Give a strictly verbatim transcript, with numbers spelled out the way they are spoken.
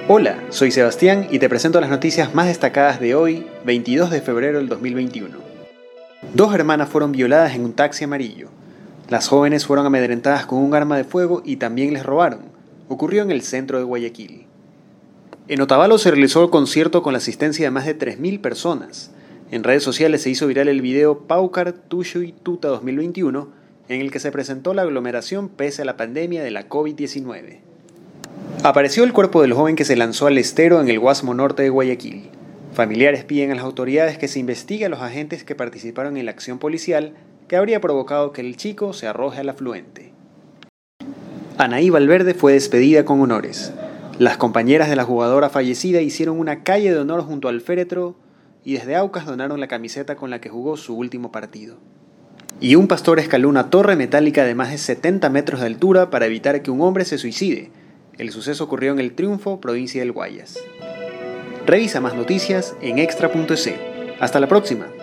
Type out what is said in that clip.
Hola, soy Sebastián y te presento las noticias más destacadas de hoy, veintidós de febrero del dos mil veintiuno. Dos hermanas fueron violadas en un taxi amarillo. Las jóvenes fueron amedrentadas con un arma de fuego y también les robaron. Ocurrió en el centro de Guayaquil. En Otavalo se realizó el concierto con la asistencia de más de tres mil personas. En redes sociales se hizo viral el video Paucar Tushuy Tuta dos mil veintiuno, en el que se presentó la aglomeración pese a la pandemia de la COVID diecinueve. Apareció el cuerpo del joven que se lanzó al estero en el Guasmo Norte de Guayaquil. Familiares piden a las autoridades que se investigue a los agentes que participaron en la acción policial que habría provocado que el chico se arroje al afluente. Anaí Valverde fue despedida con honores. Las compañeras de la jugadora fallecida hicieron una calle de honor junto al féretro y desde Aucas donaron la camiseta con la que jugó su último partido. Y un pastor escaló una torre metálica de más de setenta metros de altura para evitar que un hombre se suicide. El suceso ocurrió en El Triunfo, provincia del Guayas. Revisa más noticias en extra punto es. Hasta la próxima.